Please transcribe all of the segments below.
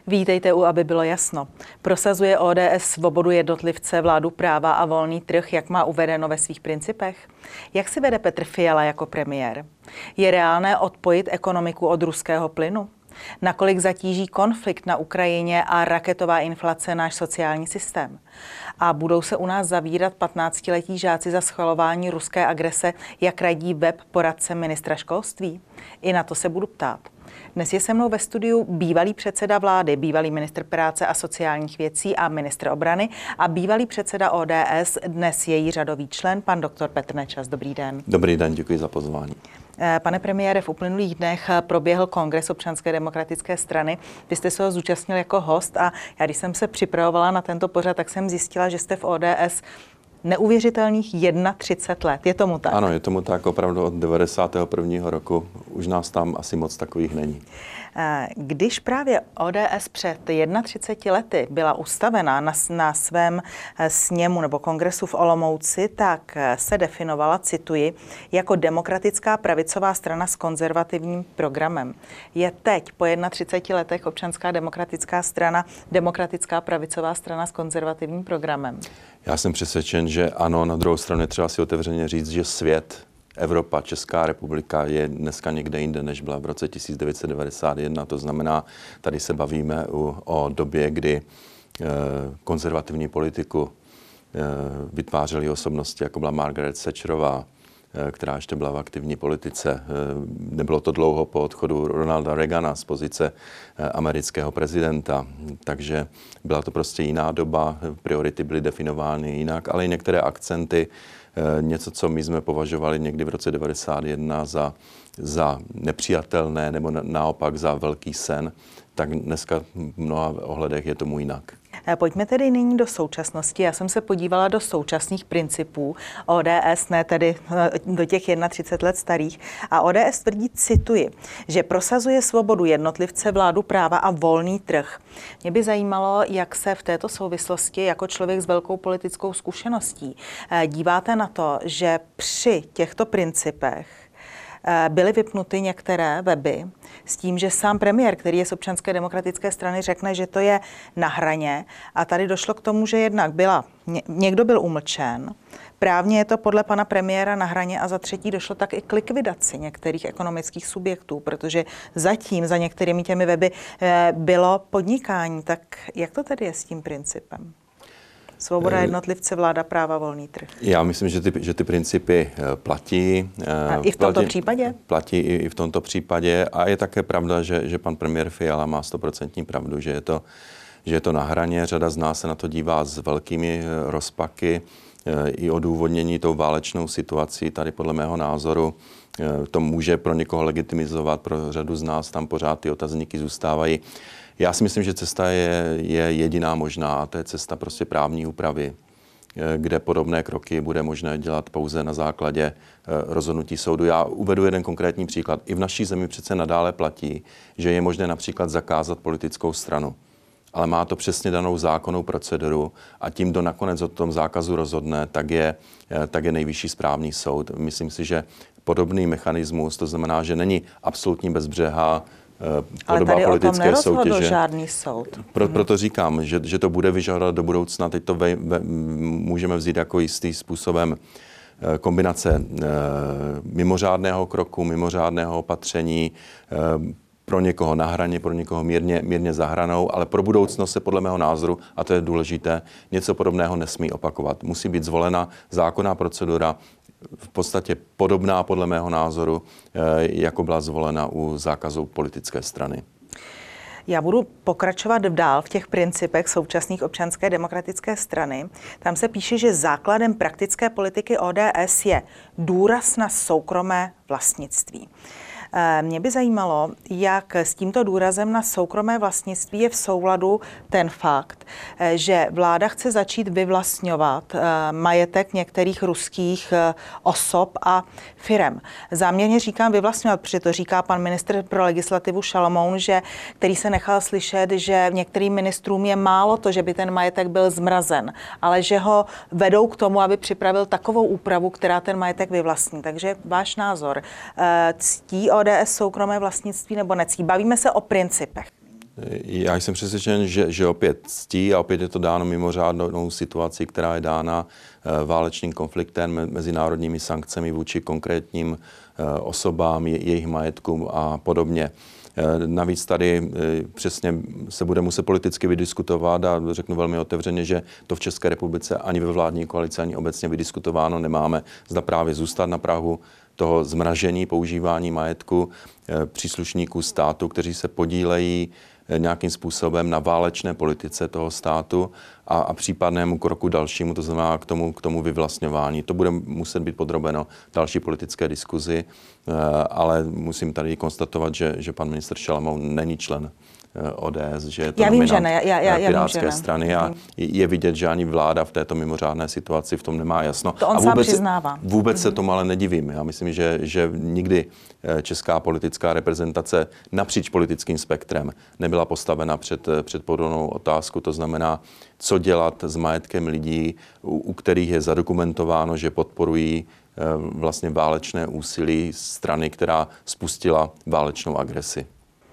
Vítejte u Aby bylo jasno. Prosazuje ODS svobodu jednotlivce, vládu práva a volný trh, jak má uvedeno ve svých principech? Jak si vede Petr Fiala jako premiér? Je reálné odpojit ekonomiku od ruského plynu? Nakolik zatíží konflikt na Ukrajině a raketová inflace náš sociální systém? A budou se u nás zavírat 15letí žáci za schvalování ruské agrese, jak radí web poradce ministra školství? I na to se budu ptát. Dnes je se mnou ve studiu bývalý předseda vlády, bývalý ministr práce a sociálních věcí a ministr obrany a bývalý předseda ODS, dnes její řadový člen, pan doktor Petr Nečas. Dobrý den. Dobrý den, děkuji za pozvání. Pane premiére, v uplynulých dnech proběhl kongres Občanské demokratické strany. Vy jste se ho zúčastnil jako host a já, když jsem se připravovala na tento pořad, tak jsem zjistila, že jste v ODS neuvěřitelných 31 let. Je tomu tak? Ano, je tomu tak, opravdu od 91. roku. Už nás tam asi moc takových není. Když právě ODS před 31 lety byla ustavena na svém sněmu nebo kongresu v Olomouci, tak se definovala, cituji, jako demokratická pravicová strana s konzervativním programem. Je teď po 31 letech Občanská demokratická strana demokratická pravicová strana s konzervativním programem? Já jsem přesvědčen, že ano, na druhou stranu je třeba si otevřeně říct, že svět, Evropa, Česká republika je dneska někde jinde, než byla v roce 1991. To znamená, tady se bavíme o době, kdy konzervativní politiku vytvářely osobnosti, jako byla Margaret Thatcherová, která ještě byla v aktivní politice. Nebylo to dlouho po odchodu Ronalda Reagana z pozice amerického prezidenta, takže byla to prostě jiná doba, priority byly definovány jinak, ale i některé akcenty, něco, co my jsme považovali někdy v roce 1991 za nepřijatelné nebo naopak za velký sen, tak dneska v mnoha ohledech je tomu jinak. Pojďme tedy nyní do současnosti. Já jsem se podívala do současných principů ODS, ne tedy do těch 31 let starých. A ODS tvrdí, cituji, že prosazuje svobodu jednotlivce, vládu práva a volný trh. Mě by zajímalo, jak se v této souvislosti jako člověk s velkou politickou zkušeností díváte na to, že při těchto principech byly vypnuty některé weby s tím, že sám premiér, který je z Občanské demokratické strany, řekne, že to je na hraně. A tady došlo k tomu, že jednak někdo byl umlčen, právně je to podle pana premiéra na hraně a za třetí došlo tak i k likvidaci některých ekonomických subjektů, protože zatím za některými těmi weby bylo podnikání. Tak jak to tedy je s tím principem? Svoboda jednotlivce, vláda práva, volný trh. Já myslím, že ty principy platí. A i v tomto případě? Platí i v tomto případě. A je také pravda, že pan premiér Fiala má 100% pravdu, že je to na hraně. Řada z nás se na to dívá s velkými rozpaky. I odůvodnění tou válečnou situací tady podle mého názoru to může pro někoho legitimizovat, pro řadu z nás tam pořád ty otazníky zůstávají. Já si myslím, že cesta je jediná možná a to je cesta prostě právní úpravy, kde podobné kroky bude možné dělat pouze na základě rozhodnutí soudu. Já uvedu jeden konkrétní příklad. I v naší zemi přece nadále platí, že je možné například zakázat politickou stranu. Ale má to přesně danou zákonnou proceduru a tím, kdo nakonec o tom zákazu rozhodne, tak je nejvyšší správní soud. Myslím si, že podobný mechanismus, to znamená, že není absolutní bezbřehá podoba politické soutěže. Ale tady o tom nerozhodl žádný soud. Proto říkám, že to bude vyžadovat do budoucna. Teď to můžeme vzít jako jistý způsobem kombinace mimořádného kroku, mimořádného opatření, pro někoho na hraně, pro někoho mírně za hranou, ale pro budoucnost se podle mého názoru, a to je důležité, něco podobného nesmí opakovat. Musí být zvolena zákonná procedura, v podstatě podobná podle mého názoru, jako byla zvolena u zákazu politické strany. Já budu pokračovat dál v těch principech současných Občanské demokratické strany. Tam se píše, že základem praktické politiky ODS je důraz na soukromé vlastnictví. Mě by zajímalo, jak s tímto důrazem na soukromé vlastnictví je v souladu ten fakt, že vláda chce začít vyvlastňovat majetek některých ruských osob a firem. Záměrně říkám vyvlastňovat, protože to říká pan ministr pro legislativu Šalomoun, který se nechal slyšet, že některým ministrům je málo to, že by ten majetek byl zmrazen, ale že ho vedou k tomu, aby připravil takovou úpravu, která ten majetek vyvlastní. Takže váš názor, ctí ODS soukromé vlastnictví nebo nectí? Bavíme se o principech. Já jsem přesvědčen, že opět ctí a opět je to dáno mimořádnou situací, která je dána válečným konfliktem, mezinárodními sankcemi vůči konkrétním osobám, jejich majetkům a podobně. Navíc tady přesně se bude muset politicky vydiskutovat a řeknu velmi otevřeně, že to v České republice ani ve vládní koalici, ani obecně vydiskutováno nemáme. Zda právě zůstat na prahu toho zmražení používání majetku příslušníků státu, kteří se podílejí nějakým způsobem na válečné politice toho státu a případnému kroku dalšímu, to znamená k tomu vyvlastňování. To bude muset být podrobeno další politické diskuzi, ale musím tady konstatovat, že pan ministr Šalamoun není člen ODS, že je to nominant Pirátské strany a je vidět, že ani vláda v této mimořádné situaci v tom nemá jasno. To on sám přiznává. Vůbec se tomu ale nedivím. Já myslím, že nikdy česká politická reprezentace napříč politickým spektrem nebyla postavena před podobnou otázku. To znamená, co dělat s majetkem lidí, u kterých je zadokumentováno, že podporují vlastně válečné úsilí strany, která spustila válečnou agresi.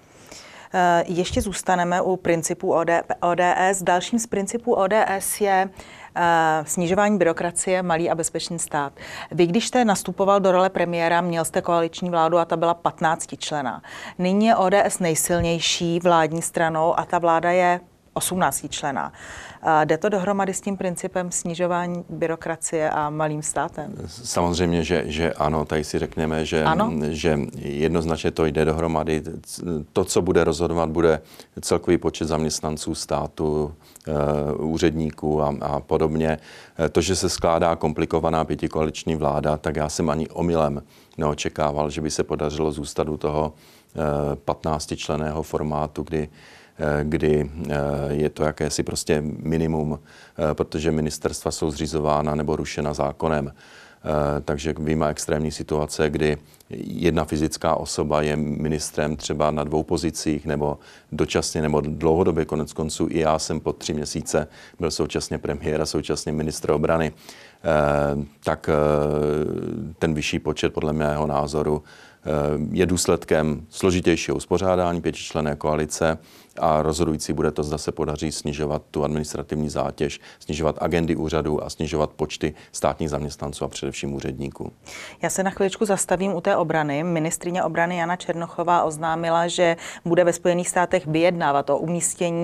Ještě zůstaneme u principů ODS. Dalším z principů ODS je snižování byrokracie, malý a bezpečný stát. Vy, když jste nastupoval do role premiéra, měl jste koaliční vládu a ta byla 15členná. Nyní je ODS nejsilnější vládní stranou a ta vláda je 18členná. Jde to dohromady s tím principem snižování byrokracie a malým státem? Samozřejmě, že ano. Tady si řekneme, že jednoznačně to jde dohromady. To, co bude rozhodovat, bude celkový počet zaměstnanců státu, úředníků a podobně. To, že se skládá komplikovaná pětikoaliční vláda, tak já jsem ani omylem neočekával, že by se podařilo zůstat u toho 15členného formátu, kdy je to jakési prostě minimum, protože ministerstva jsou zřizována nebo rušena zákonem. Takže víme extrémní situace, kdy jedna fyzická osoba je ministrem třeba na 2 pozicích nebo dočasně nebo dlouhodobě, konec konců i já jsem po 3 měsíce byl současně premiér a současně ministr obrany. Tak ten vyšší počet podle mého názoru je důsledkem složitějšího uspořádání 5členné koalice a rozhodující bude to, zda se podaří snižovat tu administrativní zátěž, snižovat agendy úřadů a snižovat počty státních zaměstnanců a především úředníků. Já se na chviličku zastavím u té obrany. Ministryně obrany Jana Černochová oznámila, že bude ve Spojených státech vyjednávat o umístění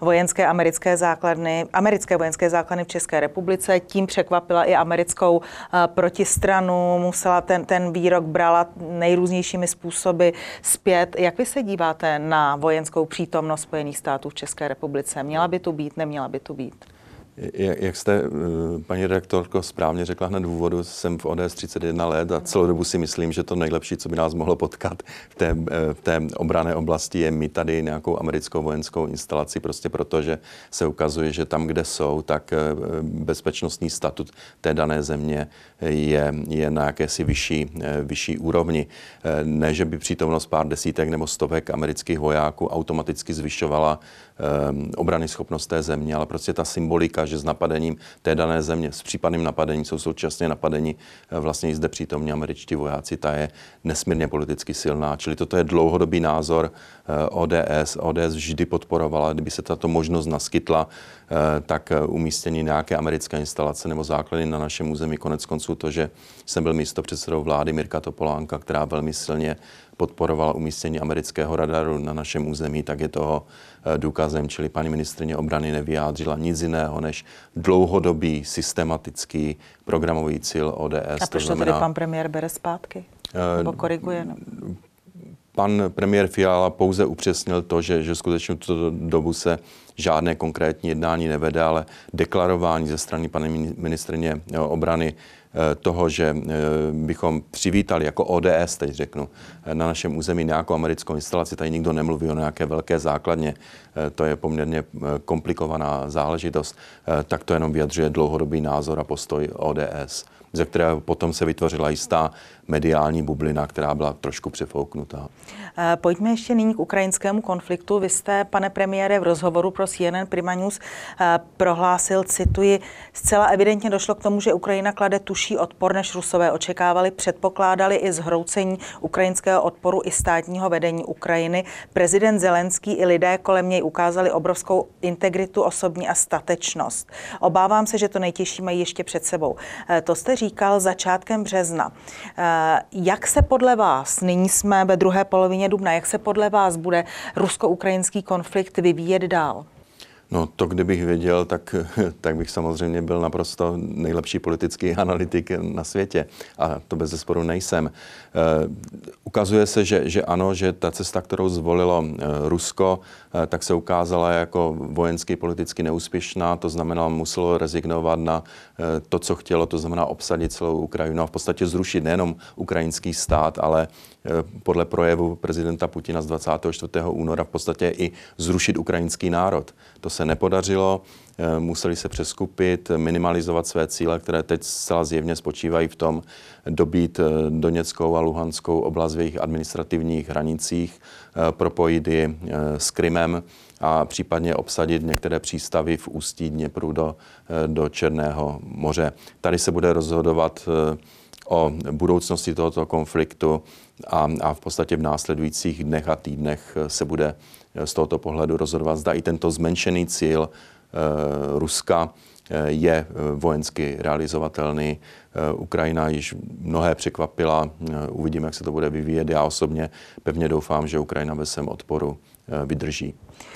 americké vojenské základny v České republice. Tím překvapila i americkou protistranu. Musela ten výrok brala nejrůznějšími způsoby zpět. Jak vy se díváte na vojenskou přítomnost Spojených států v České republice? Měla by tu být, neměla by tu být? Jak jste, paní redaktorko, správně řekla hned v úvodu, jsem v ODS 31 let a celou dobu si myslím, že to nejlepší, co by nás mohlo potkat v té obranné oblasti, je mít tady nějakou americkou vojenskou instalaci, prostě proto, že se ukazuje, že tam, kde jsou, tak bezpečnostní statut té dané země je na jakési vyšší úrovni. Ne, že by přítomnost pár desítek nebo stovek amerických vojáků automaticky zvyšovala obrany schopnost té země, ale prostě ta symbolika, že s napadením té dané země, s případným napadením jsou současně napadeni vlastně i zde přítomní američtí vojáci, ta je nesmírně politicky silná. Čili toto je dlouhodobý názor ODS. ODS vždy podporovala, kdyby se tato možnost naskytla, tak umístění nějaké americké instalace nebo základy na našem území. Konec konců to, že jsem byl místopředsedou vlády Mirka Topolánka, která velmi silně podporovala umístění amerického radaru na našem území, tak je toho důkazem. Čili paní ministryně obrany nevyjádřila nic jiného než dlouhodobý, systematický programový cíl ODS. A proč to tedy pan premiér bere zpátky? Nebo koriguje? Pan premiér Fiala pouze upřesnil to, že skutečně tuto dobu se žádné konkrétní jednání nevede, ale deklarování ze strany paní ministryně obrany toho, že bychom přivítali jako ODS, teď řeknu, na našem území nějakou americkou instalaci, tady nikdo nemluví o nějaké velké základně, to je poměrně komplikovaná záležitost, tak to jenom vyjadřuje dlouhodobý názor a postoj ODS, ze kterého potom se vytvořila jistá mediální bublina, která byla trošku přefouknutá. Pojďme ještě nyní k ukrajinskému konfliktu. Vy jste, pane premiére, v rozhovoru pro CNN Prima News prohlásil, cituji, zcela evidentně došlo k tomu, že Ukrajina klade tuž horší odpor, než Rusové očekávali, předpokládali i zhroucení ukrajinského odporu i státního vedení Ukrajiny. Prezident Zelenský i lidé kolem něj ukázali obrovskou integritu osobní a statečnost. Obávám se, že to nejtěžší mají ještě před sebou. To jste říkal začátkem března. Jak se podle vás, nyní jsme ve druhé polovině dubna, jak se podle vás bude rusko-ukrajinský konflikt vyvíjet dál? No to, kdybych věděl, tak bych samozřejmě byl naprosto nejlepší politický analytik na světě. A to bezesporu nejsem. Ukazuje se, že ano, že ta cesta, kterou zvolilo Rusko, tak se ukázala jako vojensky politicky neúspěšná. To znamená, muselo rezignovat na to, co chtělo, to znamená obsadit celou Ukrajinu a v podstatě zrušit nejenom ukrajinský stát, ale podle projevu prezidenta Putina z 24. února v podstatě i zrušit ukrajinský národ. To se nepodařilo, museli se přeskupit, minimalizovat své cíle, které teď zcela zjevně spočívají v tom dobít Doněckou a Luhanskou oblast v jejich administrativních hranicích, propojit ji s Krymem a případně obsadit některé přístavy v ústí Dněpru do Černého moře. Tady se bude rozhodovat o budoucnosti tohoto konfliktu a v podstatě v následujících dnech a týdnech se bude z tohoto pohledu rozhodovat, zda i tento zmenšený cíl Ruska je vojensky realizovatelný. Ukrajina již mnohé překvapila, uvidíme, jak se to bude vyvíjet. Já osobně pevně doufám, že Ukrajina ve svém odporu vydrží.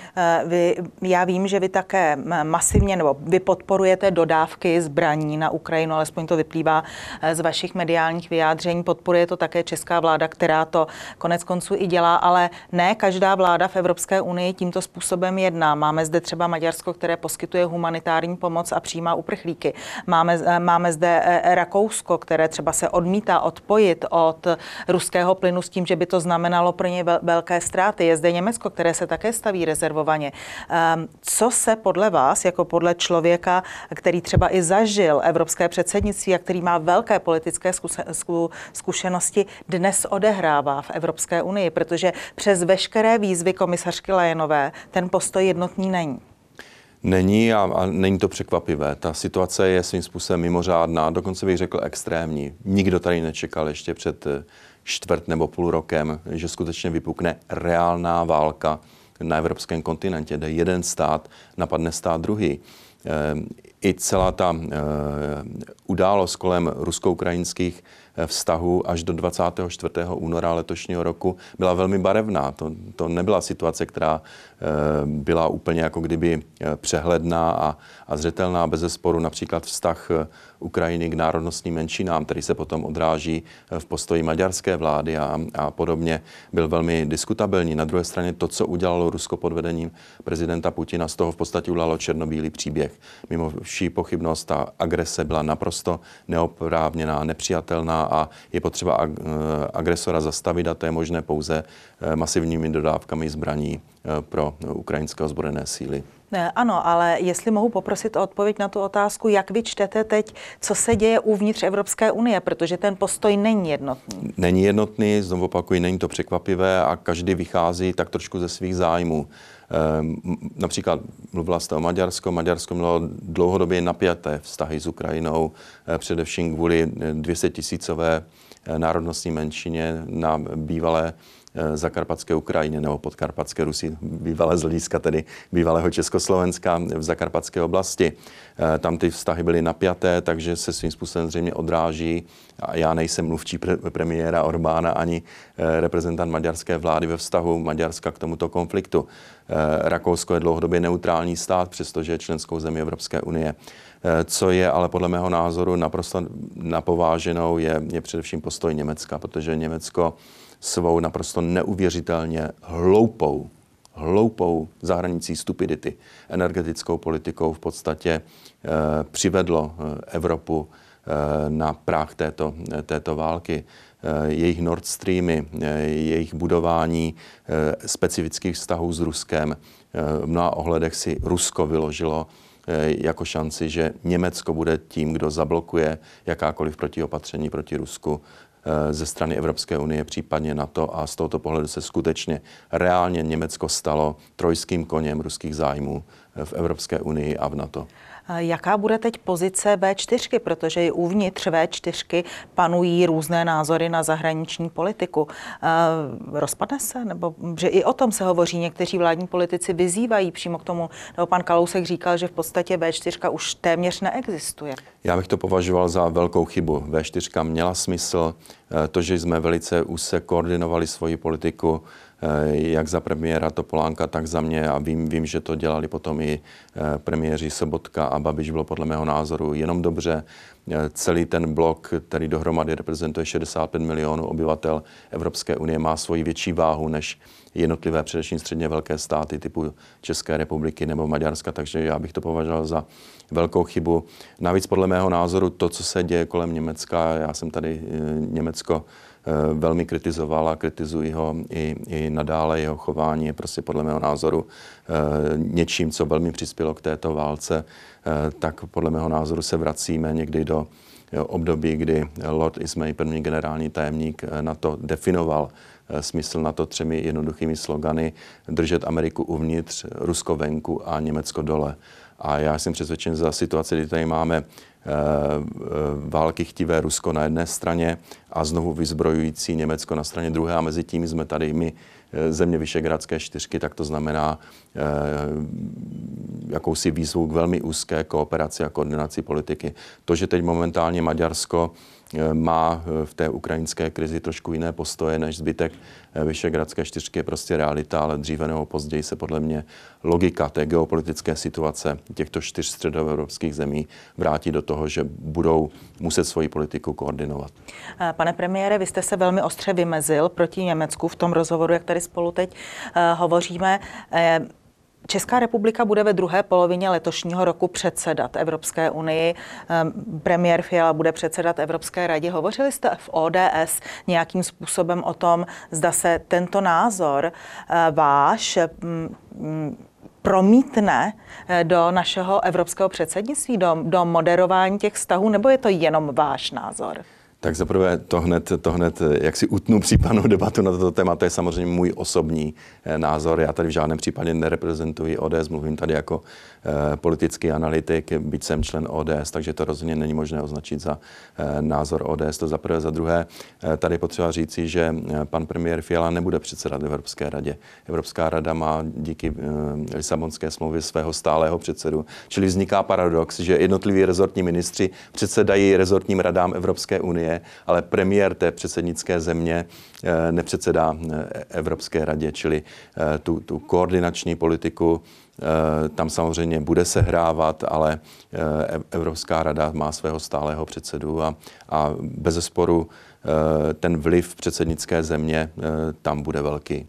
Já vím, že vy také masivně, nebo vy podporujete dodávky zbraní na Ukrajinu, alespoň to vyplývá z vašich mediálních vyjádření. Podporuje to také česká vláda, která to konec konců i dělá, ale ne každá vláda v Evropské unii tímto způsobem jedná. Máme zde třeba Maďarsko, které poskytuje humanitární pomoc a přijímá uprchlíky. Máme zde Rakousko, které třeba se odmítá odpojit od ruského plynu s tím, že by to znamenalo pro ně velké ztráty. Je zde Německo, které se také staví rezervovaně. Co se podle vás, jako podle člověka, který třeba i zažil evropské předsednictví a který má velké politické zkušenosti, dnes odehrává v Evropské unii? Protože přes veškeré výzvy komisařky Leyenové ten postoj jednotný není. Není a není to překvapivé. Ta situace je svým způsobem mimořádná, dokonce bych řekl extrémní. Nikdo tady nečekal ještě před čtvrt nebo půl rokem, že skutečně vypukne reálná válka na evropském kontinentě, kde jeden stát napadne stát druhý. I celá ta událost kolem rusko-ukrajinských vztahů až do 24. února letošního roku byla velmi barevná. To nebyla situace, která byla úplně jako kdyby přehledná a zřetelná. Bezesporu například vztah Ukrajiny k národnostním menšinám, který se potom odráží v postoji maďarské vlády a podobně, byl velmi diskutabilní. Na druhé straně to, co udělalo Rusko pod vedením prezidenta Putina, z toho v podstatě udělalo černobílý příběh. Mimo vší pochybnost ta agrese byla naprosto neoprávněná, nepřijatelná a je potřeba agresora zastavit a to je možné pouze masivními dodávkami zbraní pro ukrajinské ozbrojené síly. Ano, ale jestli mohu poprosit o odpověď na tu otázku, jak vy čtete teď, co se děje uvnitř Evropské unie, protože ten postoj není jednotný. Není jednotný, znovu opakuji, není to překvapivé a každý vychází tak trošku ze svých zájmů. Například mluvila jste o Maďarsko. Maďarsko mělo dlouhodobě napjaté vztahy s Ukrajinou, především kvůli 200 000 národnostní menšině na bývalé zakarpatské Ukrajině nebo podkarpatské Rusy, bývalé z hlediska tedy bývalého Československa v zakarpatské oblasti. Tam ty vztahy byly napjaté, takže se svým způsobem zřejmě odráží. A já nejsem mluvčí premiéra Orbána ani reprezentant maďarské vlády ve vztahu Maďarska k tomuto konfliktu. Rakousko je dlouhodobě neutrální stát, přestože je členskou zemí Evropské unie. Co je ale podle mého názoru naprosto napováženou, je především postoj Německa, protože Německo svou naprosto neuvěřitelně hloupou za hranicí stupidity energetickou politikou v podstatě přivedlo Evropu na práh této války. Jejich Nord Streamy, jejich budování specifických vztahů s Ruskem. V mnoha ohledech si Rusko vyložilo jako šanci, že Německo bude tím, kdo zablokuje jakákoliv protiopatření proti Rusku ze strany Evropské unie, případně NATO, a z tohoto pohledu se skutečně reálně Německo stalo trojským koněm ruských zájmů v Evropské unii a v NATO. Jaká bude teď pozice V4, protože i uvnitř V4 panují různé názory na zahraniční politiku. Rozpadne se? Nebo že i o tom se hovoří, někteří vládní politici vyzývají přímo k tomu, nebo pan Kalousek říkal, že v podstatě V4 už téměř neexistuje. Já bych to považoval za velkou chybu. V4 měla smysl. To, že jsme velice úzce koordinovali svoji politiku, jak za premiéra Topolánka, tak za mě, a vím, že to dělali potom i premiéři Sobotka a Babiš, bylo podle mého názoru jenom dobře. Celý ten blok, který dohromady reprezentuje 65 milionů obyvatel Evropské unie, má svoji větší váhu než jednotlivé, především středně velké státy typu České republiky nebo Maďarska, takže já bych to považoval za velkou chybu. Navíc podle mého názoru to, co se děje kolem Německa, já jsem tady Německo velmi kritizoval a kritizuji ho i nadále, jeho chování je prostě podle mého názoru něčím, co velmi přispělo k této válce, tak podle mého názoru se vracíme někdy do období, kdy Lord Ismay, první generální tajemník NATO, definoval smysl NATO 3 jednoduchými slogany: držet Ameriku uvnitř, Rusko venku a Německo dole. A já jsem přesvědčen za situaci, kdy tady máme války chtivé Rusko na jedné straně a znovu vyzbrojující Německo na straně druhé, a mezi tím jsme tady my, země Visegrádské 4, tak to znamená jakousi výzvu k velmi úzké kooperaci a koordinaci politiky. To, že teď momentálně Maďarsko má v té ukrajinské krizi trošku jiné postoje než zbytek Visegrádské 4, je prostě realita, ale dříve nebo později se podle mě logika té geopolitické situace těchto 4 středoevropských zemí vrátí do toho, že budou muset svoji politiku koordinovat. Pane premiére, vy jste se velmi ostře vymezil proti Německu v tom rozhovoru, jak tady spolu teď hovoříme. Česká republika bude ve druhé polovině letošního roku předsedat Evropské unii. Premiér Fiala bude předsedat Evropské radě. Hovořili jste v ODS nějakým způsobem o tom, zda se tento názor váš promítne do našeho evropského předsednictví, do moderování těch vztahů, nebo je to jenom váš názor? Tak zaprvé to hned jak si utnu případnou debatu na toto téma, to je samozřejmě můj osobní názor. Já tady v žádném případě nereprezentuji ODS, mluvím tady jako politický analytik, byť jsem člen ODS, takže to rozhodně není možné označit za názor ODS. To za prvé. Za druhé, tady potřeba říci, že pan premiér Fiala nebude předsedat Evropské radě. Evropská rada má díky Lisabonské smlouvě svého stálého předsedu, čili vzniká paradox, že jednotliví rezortní ministři předsedají rezortním radám Evropské unie, ale premiér té předsednické země nepředsedá Evropské radě, čili tu koordinační politiku tam samozřejmě bude sehrávat, ale Evropská rada má svého stálého předsedu a bezesporu ten vliv předsednické země tam bude velký.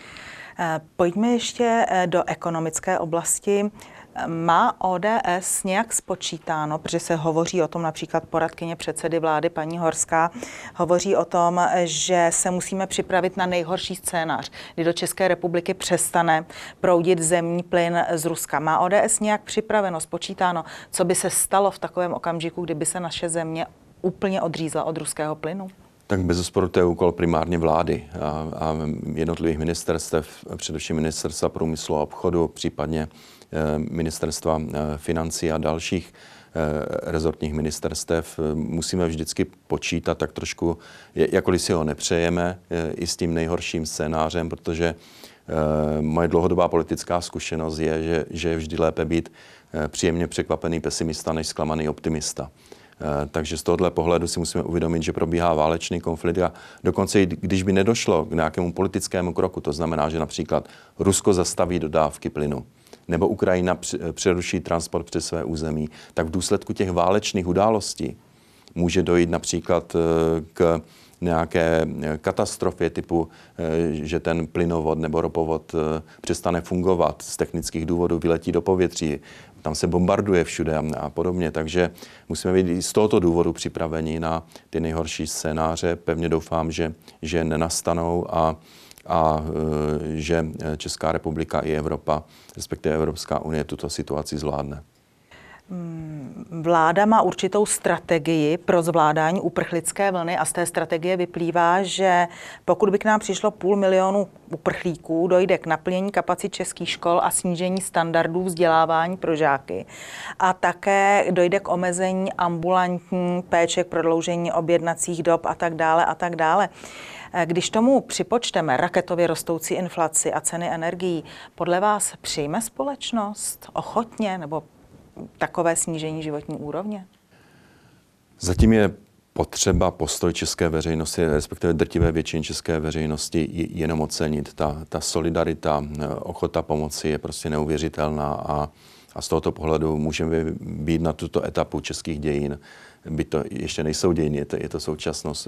Pojďme ještě do ekonomické oblasti. Má ODS nějak spočítáno, protože se hovoří o tom, například poradkyně předsedy vlády paní Horská hovoří o tom, že se musíme připravit na nejhorší scénář, kdy do České republiky přestane proudit zemní plyn z Ruska. Má ODS nějak připraveno, spočítáno, co by se stalo v takovém okamžiku, kdyby se naše země úplně odřízla od ruského plynu? Tak bezesporu to je úkol primárně vlády a jednotlivých ministerstev, především ministerstva průmyslu a obchodu, případně ministerstva financí a dalších rezortních ministerstev. Musíme vždycky počítat tak trošku, jakkoliv si ho nepřejeme, i s tím nejhorším scénářem, protože moje dlouhodobá politická zkušenost je, že je vždy lépe být příjemně překvapený pesimista než zklamaný optimista. Takže z tohohle pohledu si musíme uvědomit, že probíhá válečný konflikt a dokonce i když by nedošlo k nějakému politickému kroku, to znamená, že například Rusko zastaví dodávky plynu nebo Ukrajina přeruší transport přes své území, tak v důsledku těch válečných událostí může dojít například k nějaké katastrofě typu, že ten plynovod nebo ropovod přestane fungovat z technických důvodů, vyletí do povětří, tam se bombarduje všude a podobně. Takže musíme být i z tohoto důvodu připraveni na ty nejhorší scénáře. Pevně doufám, že nenastanou a že Česká republika i Evropa, respektive Evropská unie, tuto situaci zvládne. Vláda má určitou strategii pro zvládání uprchlické vlny a z té strategie vyplývá, že pokud by k nám přišlo 500 000 uprchlíků, dojde k naplnění kapacit českých škol a snížení standardů vzdělávání pro žáky. A také dojde k omezení ambulantní péče, k prodloužení objednacích dob a tak dále a tak dále. Když tomu připočteme raketově rostoucí inflaci a ceny energií, podle vás přijme společnost ochotně nebo takové snížení životní úrovně? Zatím je potřeba postoj české veřejnosti, respektive drtivé většiny české veřejnosti jenom ocenit. Ta solidarita, ochota pomoci je prostě neuvěřitelná a z tohoto pohledu můžeme být na tuto etapu českých dějin, byť to ještě nejsou dějiny, je to současnost,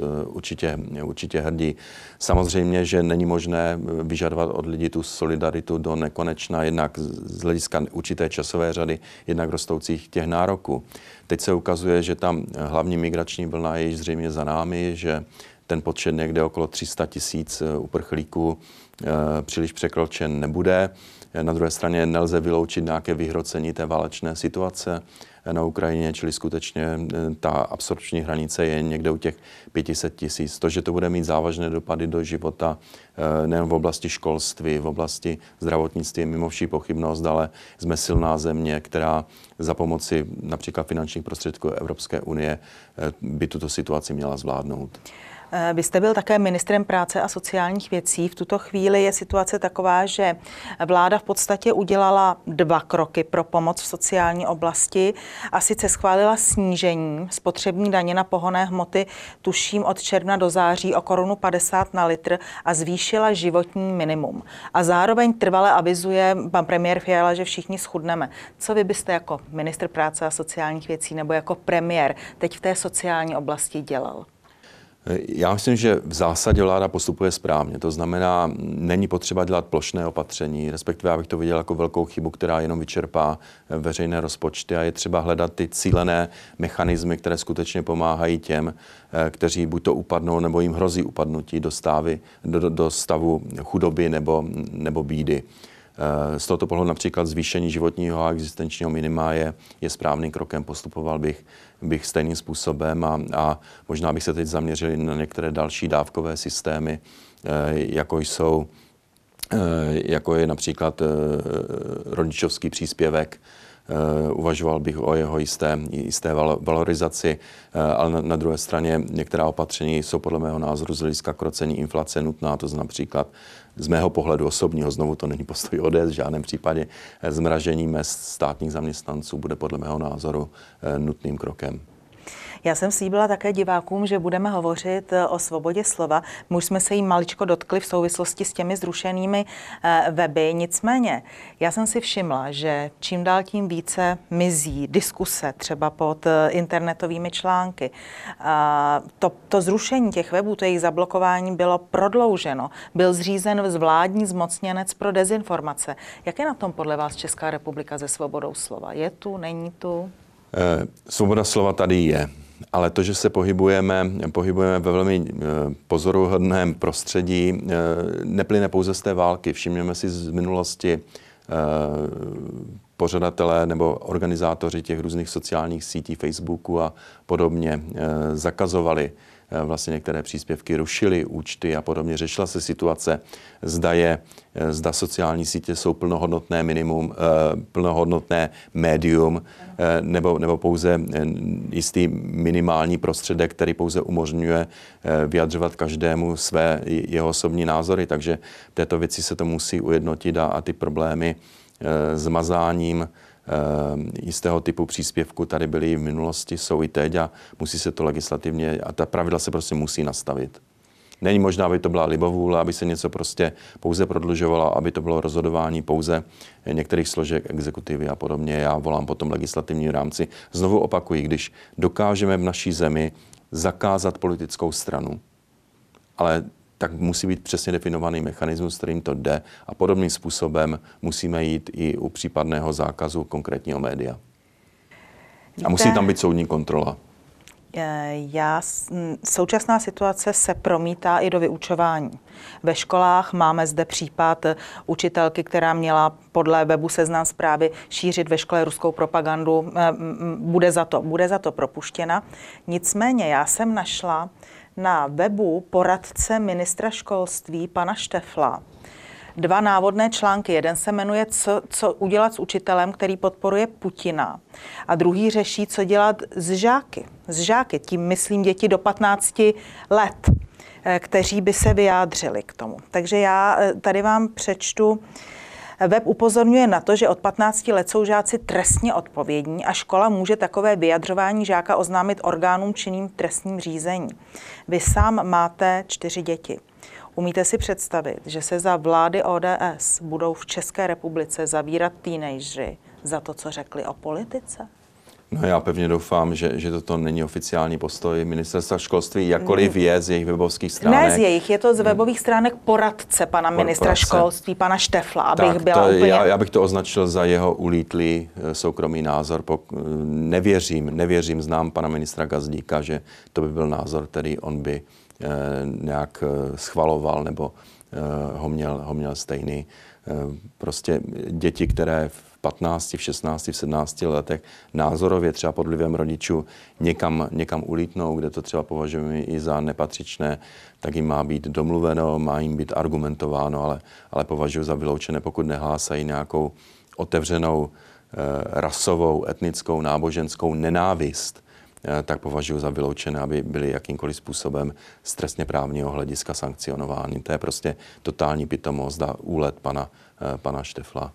určitě hrdí. Samozřejmě, že není možné vyžadovat od lidí tu solidaritu do nekonečna, jednak z hlediska určité časové řady, jednak rostoucích těch nároků. Teď se ukazuje, že tam hlavní migrační vlna je již zřejmě za námi, že ten počet někde okolo 300 000 uprchlíků příliš překročen nebude. Na druhé straně nelze vyloučit nějaké vyhrocení té válečné situace na Ukrajině, čili skutečně ta absorpční hranice je někde u těch 500 000. To, že to bude mít závažné dopady do života, nejen v oblasti školství, v oblasti zdravotnictví, mimo vší pochybnost, ale jsme silná země, která za pomoci například finančních prostředků Evropské unie by tuto situaci měla zvládnout. Vy jste byl také ministrem práce a sociálních věcí. V tuto chvíli je situace taková, že vláda v podstatě udělala 2 kroky pro pomoc v sociální oblasti a sice schválila snížení spotřební daně na pohonné hmoty, tuším od června do září o 1,50 Kč na litr a zvýšila životní minimum. A zároveň trvale avizuje pan premiér Fiala, že všichni schudneme. Co vy byste jako ministr práce a sociálních věcí nebo jako premiér teď v té sociální oblasti dělal? Já myslím, že v zásadě vláda postupuje správně. To znamená, není potřeba dělat plošné opatření, respektive já bych to viděl jako velkou chybu, která jenom vyčerpá veřejné rozpočty a je třeba hledat ty cílené mechanismy, které skutečně pomáhají těm, kteří buď to upadnou, nebo jim hrozí upadnutí do stavu chudoby nebo bídy. Z tohoto pohledu například zvýšení životního a existenčního minima je správným krokem. Postupoval bych stejným způsobem a možná bych se teď zaměřil na některé další dávkové systémy, jako je například rodičovský příspěvek. Uvažoval bych o jeho jisté valorizaci, ale na druhé straně některá opatření jsou podle mého názoru z hlediska krocení inflace nutná, to znamená například z mého pohledu osobního, znovu to není postoj ODS, v žádném případě zmražení mezd státních zaměstnanců bude podle mého názoru nutným krokem. Já jsem slíbila také divákům, že budeme hovořit o svobodě slova. My už jsme se jí maličko dotkli v souvislosti s těmi zrušenými weby. Nicméně, já jsem si všimla, že čím dál tím více mizí diskuse třeba pod internetovými články. To zrušení těch webů, to jejich zablokování bylo prodlouženo. Byl zřízen vládní zmocněnec pro dezinformace. Jak je na tom podle vás Česká republika se svobodou slova? Je tu, není tu? Svoboda slova tady je. Ale to, že se pohybujeme ve velmi pozoruhodném prostředí, neplyne pouze z té války. Všimněme si z minulosti pořadatelé nebo organizátoři těch různých sociálních sítí, Facebooku a podobně zakazovali vlastně některé příspěvky, rušili účty a podobně. Řešila se situace, zda sociální sítě jsou plnohodnotné médium nebo pouze jistý minimální prostředek, který pouze umožňuje vyjadřovat každému jeho osobní názory. Takže v této věci se to musí ujednotit a ty problémy s mazáním jistého typu příspěvku tady byly v minulosti, jsou i teď a musí se to legislativně, a ta pravidla se prostě musí nastavit. Není možná, aby to byla libovůle, aby se něco prostě pouze prodlužovalo, aby to bylo rozhodování pouze některých složek exekutivy a podobně. Já volám po tom legislativním rámci. Znovu opakuji, když dokážeme v naší zemi zakázat politickou stranu, ale tak musí být přesně definovaný mechanismus, kterým to jde a podobným způsobem musíme jít i u případného zákazu konkrétního média. A musí tam být soudní kontrola. Současná situace se promítá i do vyučování. Ve školách máme zde případ učitelky, která měla podle webu Seznam Zprávy šířit ve škole ruskou propagandu. Bude za to propuštěna. Nicméně já jsem našla na webu poradce ministra školství pana Štefla 2 návodné články. Jeden se jmenuje co udělat s učitelem, který podporuje Putina. A druhý řeší, co dělat s žáky. Tím myslím děti do 15 let, kteří by se vyjádřili k tomu. Takže já tady vám přečtu. Web upozorňuje na to, že od 15 let jsou žáci trestně odpovědní a škola může takové vyjadřování žáka oznámit orgánům činným v trestním řízení. Vy sám máte 4 děti. Umíte si představit, že se za vlády ODS budou v České republice zavírat teenageři za to, co řekli o politice? No já pevně doufám, že toto není oficiální postoj ministerstva školství, jakkoliv je z jejich webovských stránek. Ne z jejich, je to z webových stránek poradce pana ministra školství, pana Štefla, abych byla úplně... Já bych to označil za jeho ulítlý soukromý názor. Nevěřím, znám pana ministra Gazdíka, že to by byl názor, který on by nějak schvaloval nebo ho měl stejný. Prostě děti, které v 15, v 16, v 17 letech názorově třeba pod vlivem rodičů někam ulítnou, kde to třeba považujeme i za nepatřičné, tak jim má být domluveno, má jim být argumentováno, ale považuji za vyloučené, pokud nehlásají nějakou otevřenou rasovou, etnickou, náboženskou nenávist, tak považuji za vyloučené, aby byly jakýmkoliv způsobem z trestně právního hlediska sankcionovány. To je prostě totální pitomost a úlet pana Štefla.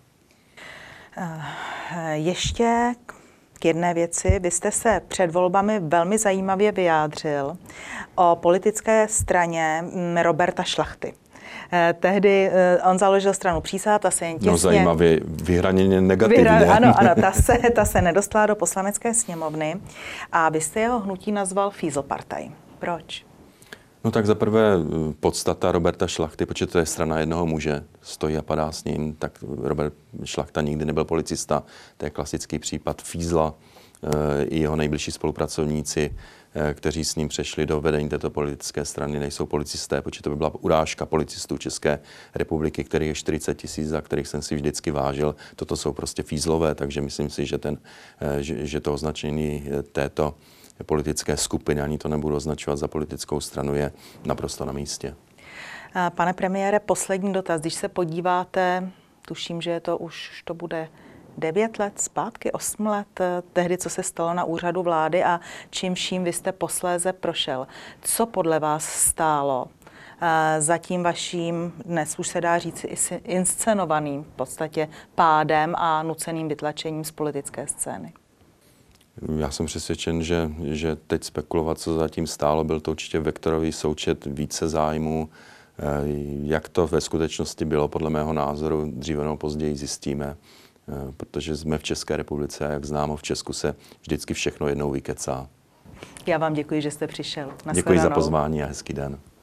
Ještě k jedné věci. Vy jste se před volbami velmi zajímavě vyjádřil o politické straně Roberta Šlachty. Tehdy on založil stranu Přísaha, ta se jen těsně... No zajímavě, vyhraněně negativně. Ano, ta se nedostala do poslanecké sněmovny a vy jste jeho hnutí nazval Fízlpartaj. Proč? No tak zaprvé podstata Roberta Šlachty, protože to je strana jednoho muže, stojí a padá s ním, tak Robert Šlachta nikdy nebyl policista. To je klasický případ Fízla. I jeho nejbližší spolupracovníci, kteří s ním přešli do vedení této politické strany, nejsou policisté, protože to by byla urážka policistů České republiky, kterých je 40 000, za kterých jsem si vždycky vážil. Toto jsou prostě fízlové, takže myslím si, že to označení této politické skupiny, ani to nebudu označovat za politickou stranu, je naprosto na místě. Pane premiére, poslední dotaz. Když se podíváte, tuším, že už to bude 9 let zpátky, 8 let, tehdy, co se stalo na úřadu vlády a čím vším vy jste posléze prošel. Co podle vás stálo za tím vaším, dnes už se dá říct, inscenovaným v podstatě pádem a nuceným vytlačením z politické scény? Já jsem přesvědčen, že teď spekulovat, co zatím stálo, byl to určitě vektorový součet více zájmů. Jak to ve skutečnosti bylo, podle mého názoru, dříve nebo později zjistíme, protože jsme v České republice a jak známo, v Česku se vždycky všechno jednou vykecá. Já vám děkuji, že jste přišel. Děkuji za pozvání a hezký den.